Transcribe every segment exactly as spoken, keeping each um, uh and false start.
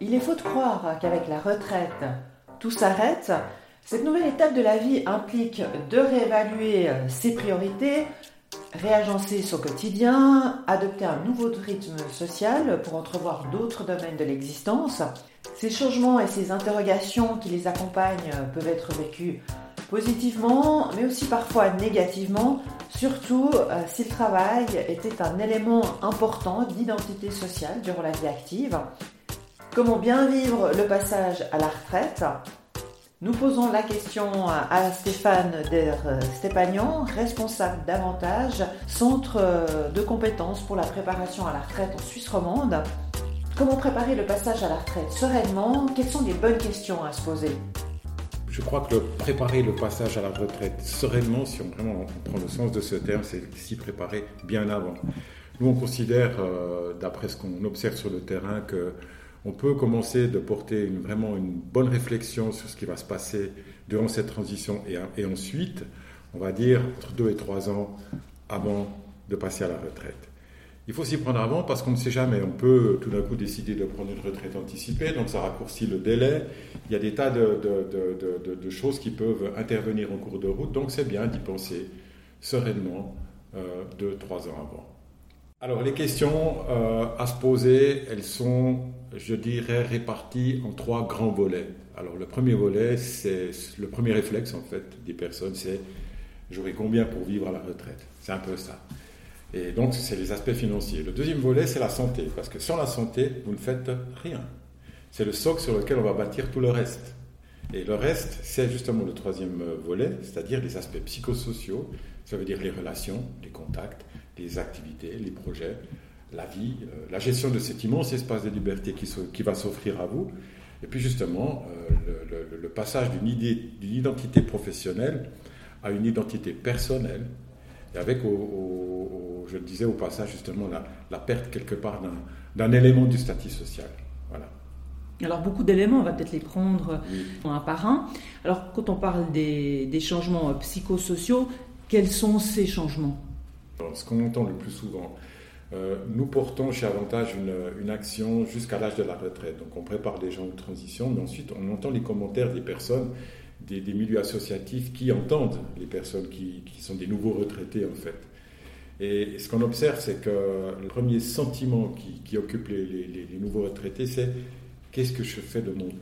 Il est faux de croire qu'avec la retraite, tout s'arrête. Cette nouvelle étape de la vie implique de réévaluer ses priorités, réagencer son quotidien, adopter un nouveau rythme social pour entrevoir d'autres domaines de l'existence. Ces changements et ces interrogations qui les accompagnent peuvent être vécus positivement, mais aussi parfois négativement, surtout euh, si le travail était un élément important d'identité sociale durant la vie active. Comment bien vivre le passage à la retraite ? Nous posons la question à Stéphane Der Stepanian, responsable d'Avantage, centre de compétences pour la préparation à la retraite en Suisse romande. Comment préparer le passage à la retraite sereinement ? Quelles sont les bonnes questions à se poser ? Je crois que le préparer le passage à la retraite sereinement, si on vraiment on prend le sens de ce terme, c'est s'y préparer bien avant. Nous, on considère, euh, d'après ce qu'on observe sur le terrain, que on peut commencer de porter une, vraiment une bonne réflexion sur ce qui va se passer durant cette transition et, et ensuite, on va dire, entre deux et trois ans avant de passer à la retraite. Il faut s'y prendre avant parce qu'on ne sait jamais. On peut tout d'un coup décider de prendre une retraite anticipée, donc ça raccourcit le délai. Il y a des tas de, de, de, de, de choses qui peuvent intervenir en cours de route, donc c'est bien d'y penser sereinement euh, deux, trois ans avant. Alors les questions euh, à se poser, elles sont, je dirais, réparties en trois grands volets. Alors le premier volet, c'est le premier réflexe en fait des personnes, c'est j'aurai combien pour vivre à la retraite ? C'est un peu ça. Et donc c'est les aspects financiers. Le deuxième volet, c'est la santé, parce que sans la santé, vous ne faites rien. C'est le socle sur lequel on va bâtir tout le reste. Et le reste, c'est justement le troisième volet, c'est-à-dire les aspects psychosociaux, ça veut dire les relations, les contacts, les activités, les projets, la vie, euh, la gestion de cet immense espace de liberté qui, so- qui va s'offrir à vous. Et puis justement, euh, le, le, le passage d'une, idée, d'une identité professionnelle à une identité personnelle, et avec, au, au, au, je le disais au passage, justement, la, la perte quelque part d'un, d'un élément du statut social. Voilà. Alors, beaucoup d'éléments, on va peut-être les prendre Oui. un par un. Alors, quand on parle des, des changements psychosociaux, quels sont ces changements ? Alors, ce qu'on entend le plus souvent, euh, nous portons chez Avantage une, une action jusqu'à l'âge de la retraite. Donc, on prépare des gens de transition, mais ensuite, on entend les commentaires des personnes, des, des milieux associatifs qui entendent les personnes qui, qui sont des nouveaux retraités, en fait. Et ce qu'on observe, c'est que le premier sentiment qui, qui occupe les, les, les nouveaux retraités, c'est qu'est-ce que je fais de mon temps ?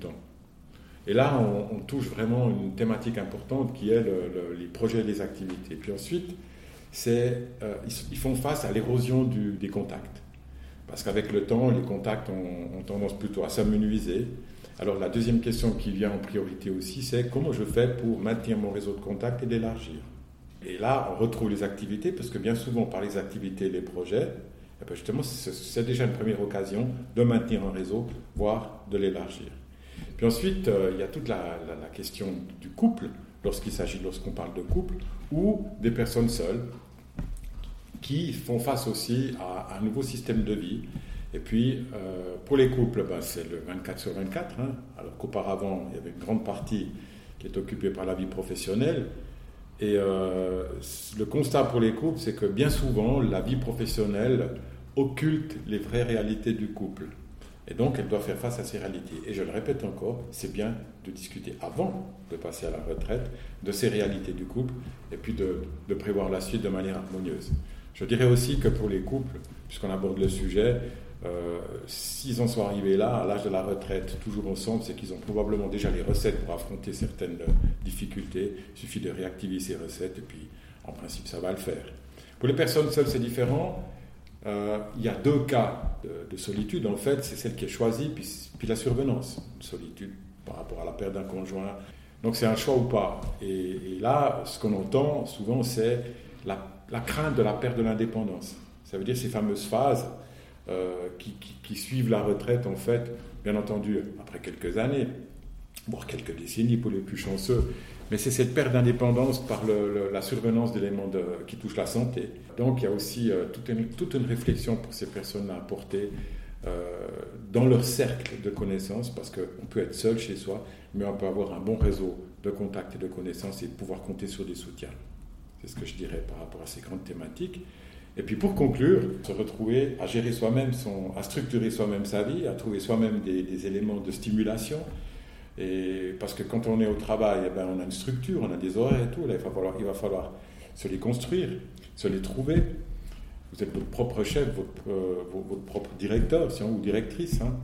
Et là, on, on touche vraiment une thématique importante qui est le, le, les projets et les activités. Puis ensuite, c'est, euh, ils, ils font face à l'érosion du, des contacts. Parce qu'avec le temps, les contacts ont, ont tendance plutôt à s'amenuiser. Alors la deuxième question qui vient en priorité aussi, c'est comment je fais pour maintenir mon réseau de contacts et d'élargir. Et là, on retrouve les activités, parce que bien souvent, par les activités et les projets, eh bien justement, c'est, c'est déjà une première occasion de maintenir un réseau, voire de l'élargir. Puis ensuite, euh, il y a toute la, la, la question du couple, lorsqu'il s'agit, lorsqu'on parle de couple, ou des personnes seules, qui font face aussi à, à un nouveau système de vie. Et puis, euh, pour les couples, ben, c'est le vingt-quatre sur vingt-quatre, hein, alors qu'auparavant, il y avait une grande partie qui est occupée par la vie professionnelle. Et euh, le constat pour les couples, c'est que bien souvent, la vie professionnelle occulte les vraies réalités du couple. Et donc, elle doit faire face à ces réalités. Et je le répète encore, c'est bien de discuter avant de passer à la retraite de ces réalités du couple et puis de, de prévoir la suite de manière harmonieuse. Je dirais aussi que pour les couples, puisqu'on aborde le sujet, euh, s'ils en sont arrivés là, à l'âge de la retraite, toujours ensemble, c'est qu'ils ont probablement déjà les recettes pour affronter certaines difficultés. Il suffit de réactiver ces recettes et puis, en principe, ça va le faire. Pour les personnes seules, c'est différent. Euh, il y a deux cas de, de solitude, en fait, c'est celle qui est choisie, puis, puis la survenance de solitude par rapport à la perte d'un conjoint. Donc c'est un choix ou pas. Et, et là, ce qu'on entend souvent, c'est la, la crainte de la perte de l'indépendance. Ça veut dire ces fameuses phases euh, qui, qui, qui suivent la retraite, en fait, bien entendu, après quelques années, voire quelques décennies pour les plus chanceux, mais c'est cette perte d'indépendance par le, le, la survenance d'éléments de, qui touchent la santé. Donc il y a aussi euh, toute, une, toute une réflexion pour ces personnes à apporter euh, dans leur cercle de connaissances, parce qu'on peut être seul chez soi, mais on peut avoir un bon réseau de contacts et de connaissances et pouvoir compter sur des soutiens. C'est ce que je dirais par rapport à ces grandes thématiques. Et puis pour conclure, se retrouver à gérer soi-même, son, à structurer soi-même sa vie, à trouver soi-même des, des éléments de stimulation. Et parce que quand on est au travail, eh ben, on a une structure, on a des horaires et tout. Là, il va falloir, il va falloir se les construire, se les trouver. Vous êtes votre propre chef, votre, euh, votre propre directeur si on, ou directrice. Hein.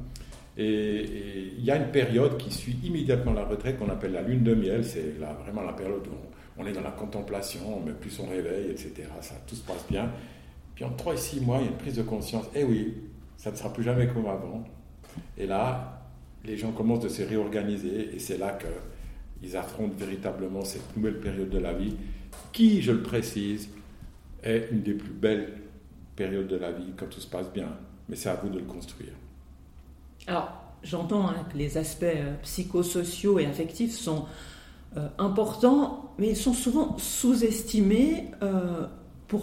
Et il y a une période qui suit immédiatement la retraite qu'on appelle la lune de miel. C'est là, vraiment la période où on, on est dans la contemplation, on ne met plus son réveil, et cetera. Ça, tout se passe bien. Puis en trois et six mois, il y a une prise de conscience. Eh oui, ça ne sera plus jamais comme avant. Et là, les gens commencent de se réorganiser et c'est là qu'ils affrontent véritablement cette nouvelle période de la vie qui, je le précise, est une des plus belles périodes de la vie quand tout se passe bien. Mais c'est à vous de le construire. Alors, j'entends hein, que les aspects euh, psychosociaux et affectifs sont euh, importants, mais ils sont souvent sous-estimés. Euh, pourquoi ?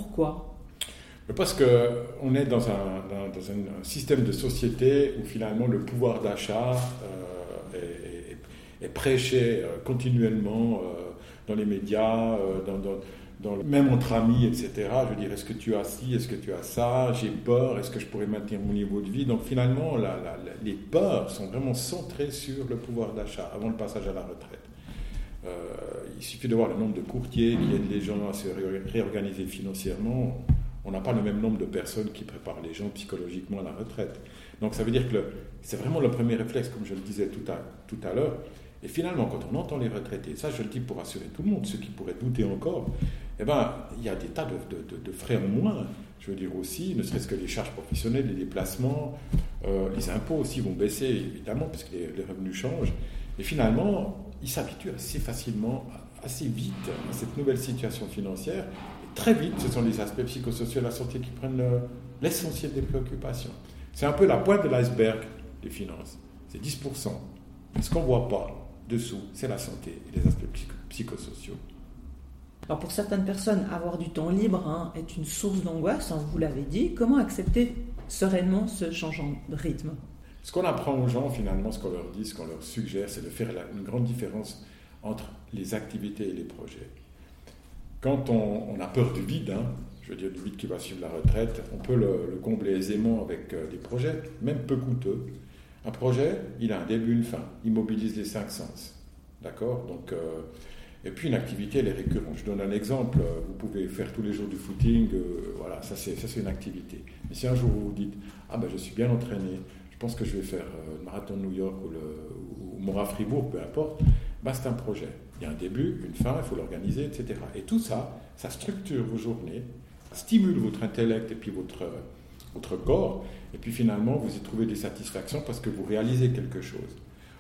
Parce qu'on est dans, un, dans, dans un système de société où finalement le pouvoir d'achat euh, est, est, est prêché euh, continuellement euh, dans les médias, euh, dans, dans, dans le, même entre amis, et cetera. Je veux dire, est-ce que tu as ci, est-ce que tu as ça, j'ai peur, est-ce que je pourrais maintenir mon niveau de vie? Donc finalement, la, la, la, les peurs sont vraiment centrées sur le pouvoir d'achat avant le passage à la retraite. Euh, il suffit de voir le nombre de courtiers qui aident les gens à se ré- réorganiser financièrement. On n'a pas le même nombre de personnes qui préparent les gens psychologiquement à la retraite. Donc ça veut dire que le, c'est vraiment le premier réflexe, comme je le disais tout à, tout à l'heure. Et finalement, quand on entend les retraités, ça je le dis pour rassurer tout le monde, ceux qui pourraient douter encore, eh ben, il y a des tas de, de, de, de frais en moins. Je veux dire aussi, ne serait-ce que les charges professionnelles, les déplacements, euh, les impôts aussi vont baisser, évidemment, parce que les, les revenus changent. Et finalement, ils s'habituent assez facilement, assez vite à cette nouvelle situation financière. Très vite, ce sont les aspects psychosociaux de la santé qui prennent le, l'essentiel des préoccupations. C'est un peu la pointe de l'iceberg des finances. C'est dix pour cent. Ce qu'on ne voit pas dessous, c'est la santé et les aspects psych- psychosociaux. Alors pour certaines personnes, avoir du temps libre hein, est une source d'angoisse, hein, vous l'avez dit. Comment accepter sereinement ce changement de rythme ? Ce qu'on apprend aux gens, finalement, ce qu'on leur dit, ce qu'on leur suggère, c'est de faire la, une grande différence entre les activités et les projets. Quand on, on a peur du vide, hein, je veux dire du vide qui va suivre la retraite, on peut le, le combler aisément avec euh, des projets, même peu coûteux. Un projet, il a un début, une fin, il mobilise les cinq sens. D'accord ? Donc, euh, et puis une activité, elle est récurrente. Je donne un exemple, vous pouvez faire tous les jours du footing, euh, voilà, ça c'est, ça c'est une activité. Mais si un jour vous vous dites, ah ben je suis bien entraîné, je pense que je vais faire euh, le marathon de New York ou, le, ou Mora-Fribourg, peu importe, ben c'est un projet. Il y a un début, une fin, il faut l'organiser, et cetera. Et tout ça, ça structure vos journées, stimule votre intellect et puis votre, votre corps, et puis finalement, vous y trouvez des satisfactions parce que vous réalisez quelque chose.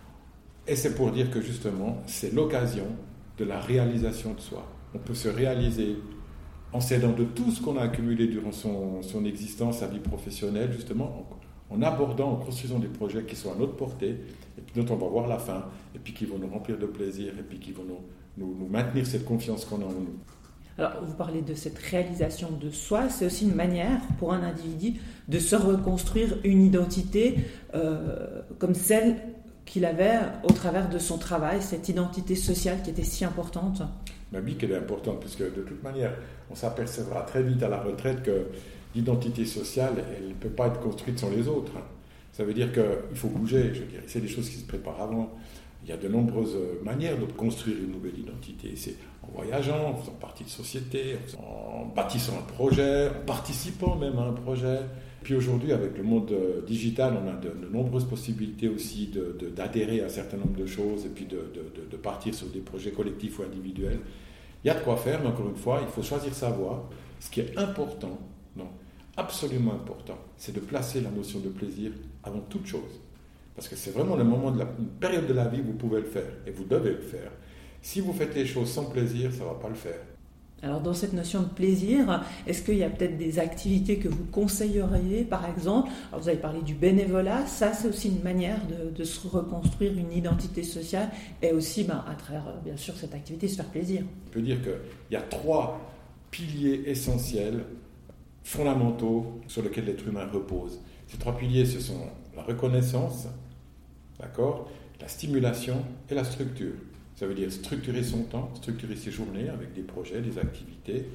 Et c'est pour dire que justement, c'est l'occasion de la réalisation de soi. On peut se réaliser en s'aidant de tout ce qu'on a accumulé durant son, son existence, sa vie professionnelle, justement, en, en abordant, en construisant des projets qui sont à notre portée, et puis dont on va voir la fin, et puis qui vont nous remplir de plaisir, et puis qui vont nous, nous, nous maintenir cette confiance qu'on a en nous. Alors, vous parlez de cette réalisation de soi, c'est aussi une manière pour un individu de se reconstruire une identité euh, comme celle qu'il avait au travers de son travail, cette identité sociale qui était si importante. Mais oui, qu'elle est importante, puisque de toute manière, on s'apercevra très vite à la retraite que l'identité sociale, elle ne peut pas être construite sans les autres. Ça veut dire qu'il faut bouger, je dirais. C'est des choses qui se préparent avant. Il y a de nombreuses manières de construire une nouvelle identité. C'est en voyageant, en faisant partie de société, en bâtissant un projet, en participant même à un projet. Puis aujourd'hui, avec le monde digital, on a de, de nombreuses possibilités aussi de, de, d'adhérer à un certain nombre de choses et puis de, de, de partir sur des projets collectifs ou individuels. Il y a de quoi faire, mais encore une fois, il faut choisir sa voie. Ce qui est important, non, absolument important, c'est de placer la notion de plaisir avant toute chose. Parce que c'est vraiment le moment de la une période de la vie où vous pouvez le faire, et vous devez le faire. Si vous faites les choses sans plaisir, ça ne va pas le faire. Alors dans cette notion de plaisir, est-ce qu'il y a peut-être des activités que vous conseilleriez, par exemple ? Alors vous avez parlé du bénévolat, ça c'est aussi une manière de, de se reconstruire une identité sociale, et aussi ben, à travers, bien sûr, cette activité, se faire plaisir. On peut dire qu'il y a trois piliers essentiels, fondamentaux, sur lesquels l'être humain repose. Ces trois piliers, ce sont la reconnaissance, d'accord, la stimulation et la structure. Ça veut dire structurer son temps, structurer ses journées avec des projets, des activités,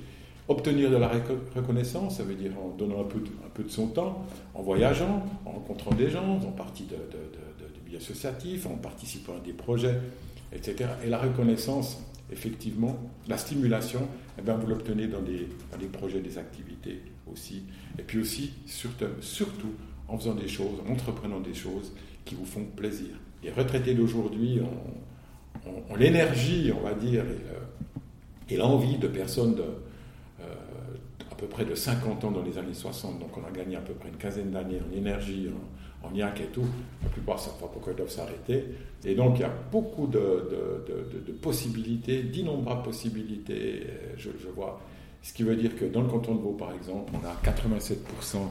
Obtenir de la reconnaissance, ça veut dire en donnant un peu, de, un peu de son temps, en voyageant, en rencontrant des gens, en partie de, de, de, de, de milieux associatifs, en participant à des projets, et cetera. Et la reconnaissance, effectivement, la stimulation, eh bien, vous l'obtenez dans des, dans des projets, des activités aussi. Et puis aussi, surtout, surtout, en faisant des choses, en entreprenant des choses qui vous font plaisir. Les retraités d'aujourd'hui ont, ont, ont l'énergie, on va dire, et, et l'envie de personnes de à peu près de cinquante ans dans les années soixante, donc on a gagné à peu près une quinzaine d'années en énergie, en, en I A C et tout. La plupart ne savent pas pourquoi ils doivent s'arrêter. Et donc il y a beaucoup de, de, de, de, de possibilités, d'innombrables possibilités, je, je vois. Ce qui veut dire que dans le canton de Vaud, par exemple, on a quatre-vingt-sept pour cent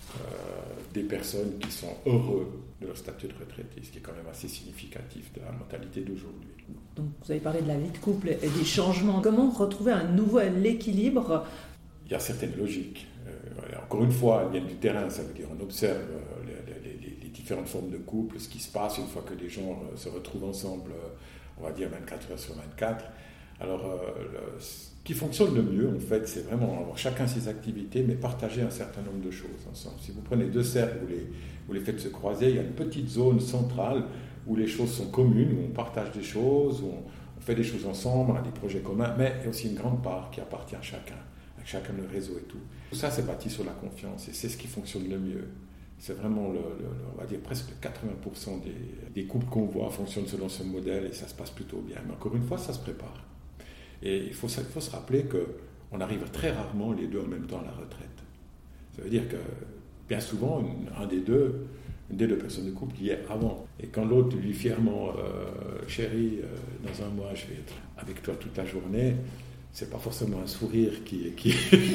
des personnes qui sont heureux de leur statut de retraité, ce qui est quand même assez significatif de la mentalité d'aujourd'hui. Donc vous avez parlé de la vie de couple et des changements. Comment retrouver un nouvel équilibre ? Il y a certaines logiques. Euh, encore une fois, elles viennent du terrain, ça veut dire on observe euh, les, les, les différentes formes de couple, ce qui se passe une fois que les gens euh, se retrouvent ensemble, euh, on va dire vingt-quatre heures sur vingt-quatre. Alors, euh, le, ce qui fonctionne le mieux, en fait, c'est vraiment avoir chacun ses activités, mais partager un certain nombre de choses ensemble. Si vous prenez deux cercles, vous les, vous les faites se croiser, il y a une petite zone centrale où les choses sont communes, où on partage des choses, où on, on fait des choses ensemble, on a des projets communs, mais il y a aussi une grande part qui appartient à chacun. Chacun le réseau et tout. Tout ça, c'est bâti sur la confiance et c'est ce qui fonctionne le mieux. C'est vraiment, le, le, on va dire, presque quatre-vingts pour cent des, des couples qu'on voit fonctionnent selon ce modèle et ça se passe plutôt bien. Mais encore une fois, ça se prépare. Et il faut, il faut se rappeler qu'on arrive très rarement les deux en même temps à la retraite. Ça veut dire que bien souvent, un des deux, une des deux personnes de couple y est avant. Et quand l'autre lui dit fièrement euh, « Chérie, euh, dans un mois, je vais être avec toi toute la journée », c'est pas forcément un sourire qui, qui,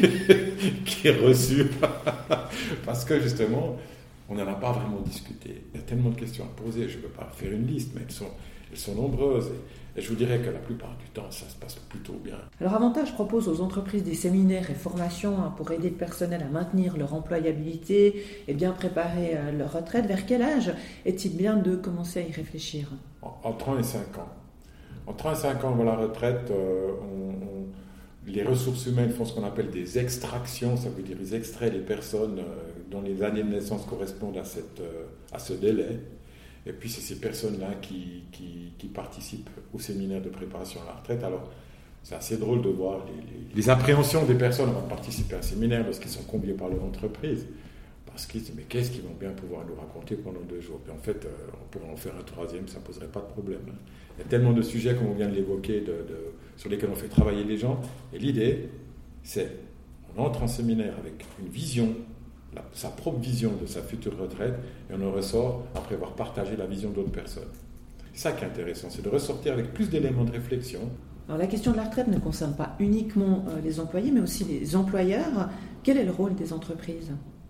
qui est reçu, parce que justement, on n'en a pas vraiment discuté. Il y a tellement de questions à poser, je ne peux pas faire une liste, mais elles sont, elles sont nombreuses. Et, et je vous dirais que la plupart du temps, ça se passe plutôt bien. Alors Avantage propose aux entreprises des séminaires et formations pour aider le personnel à maintenir leur employabilité et bien préparer leur retraite. Vers quel âge est-il bien de commencer à y réfléchir ? Entre un et cinq ans. Entre un et cinq ans avant la retraite, euh, on, on, les ressources humaines font ce qu'on appelle des extractions, ça veut dire ils extraient les personnes euh, dont les années de naissance correspondent à, cette, euh, à ce délai. Et puis c'est ces personnes-là qui, qui, qui participent au séminaire de préparation à la retraite. Alors c'est assez drôle de voir les, les, les appréhensions des personnes avant de participer à un séminaire lorsqu'ils sont conviés par leur entreprise. Parce qu'ils se disent, mais qu'est-ce qu'ils vont bien pouvoir nous raconter pendant deux jours ? Puis en fait, euh, on pourrait en faire un troisième, ça ne poserait pas de problème. Hein. Il y a tellement de sujets, comme on vient de l'évoquer, de, de, sur lesquels on fait travailler les gens. Et l'idée, c'est, on entre en séminaire avec une vision, la, sa propre vision de sa future retraite, et on en ressort après avoir partagé la vision d'autres personnes. C'est ça qui est intéressant, c'est de ressortir avec plus d'éléments de réflexion. Alors la question de la retraite ne concerne pas uniquement les employés, mais aussi les employeurs. Quel est le rôle des entreprises ?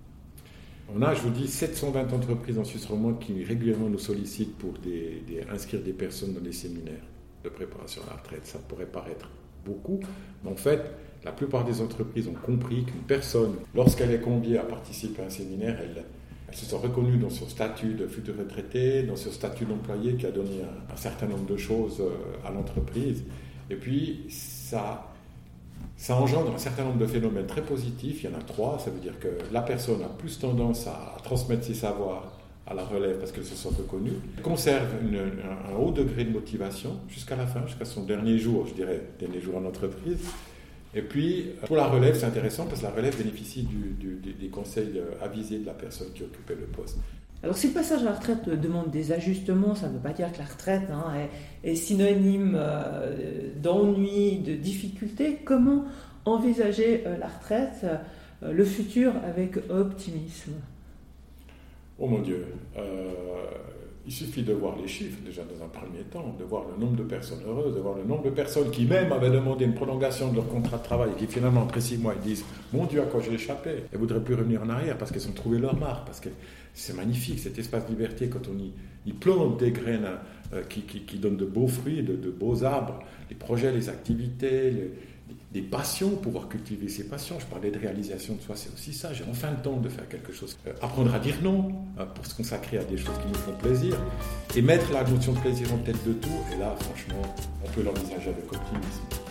On a, je vous dis, sept cent vingt entreprises en Suisse romande qui régulièrement nous sollicitent pour des, des, inscrire des personnes dans des séminaires de préparation à la retraite. Ça pourrait paraître beaucoup, mais en fait, la plupart des entreprises ont compris qu'une personne, lorsqu'elle est conviée à participer à un séminaire, elle, elle se sent reconnue dans son statut de futur retraité, dans son statut d'employé qui a donné un, un certain nombre de choses à l'entreprise. Et puis, ça... Ça engendre un certain nombre de phénomènes très positifs. Il y en a trois. Ça veut dire que la personne a plus tendance à transmettre ses savoirs à la relève parce qu'elle se sent reconnue. Elle conserve une, un, un haut degré de motivation jusqu'à la fin, jusqu'à son dernier jour, je dirais, dernier jour en entreprise. Et puis, pour la relève, c'est intéressant parce que la relève bénéficie du, du, des, des conseils avisés de la personne qui occupait le poste. Alors si le passage à la retraite demande des ajustements, ça ne veut pas dire que la retraite hein, est, est synonyme euh, d'ennui, de difficulté. Comment envisager euh, la retraite, euh, le futur avec optimisme ? Oh mon Dieu, euh, il suffit de voir les chiffres déjà dans un premier temps, de voir le nombre de personnes heureuses, de voir le nombre de personnes qui même avaient demandé une prolongation de leur contrat de travail et qui finalement après six mois ils disent « Mon Dieu, à quoi j'ai échappé ?» Elles ne voudraient plus revenir en arrière parce qu'elles ont trouvé leur marque, parce que c'est magnifique cet espace de liberté quand on y, y plante des graines euh, qui, qui, qui donnent de beaux fruits, de, de beaux arbres, les projets, les activités, les, des passions, pouvoir cultiver ses passions. Je parlais de réalisation de soi, c'est aussi ça. J'ai enfin le temps de faire quelque chose. Euh, apprendre à dire non, euh, pour se consacrer à des choses qui nous font plaisir, et mettre la notion de plaisir en tête de tout. Et là, franchement, on peut l'envisager avec optimisme.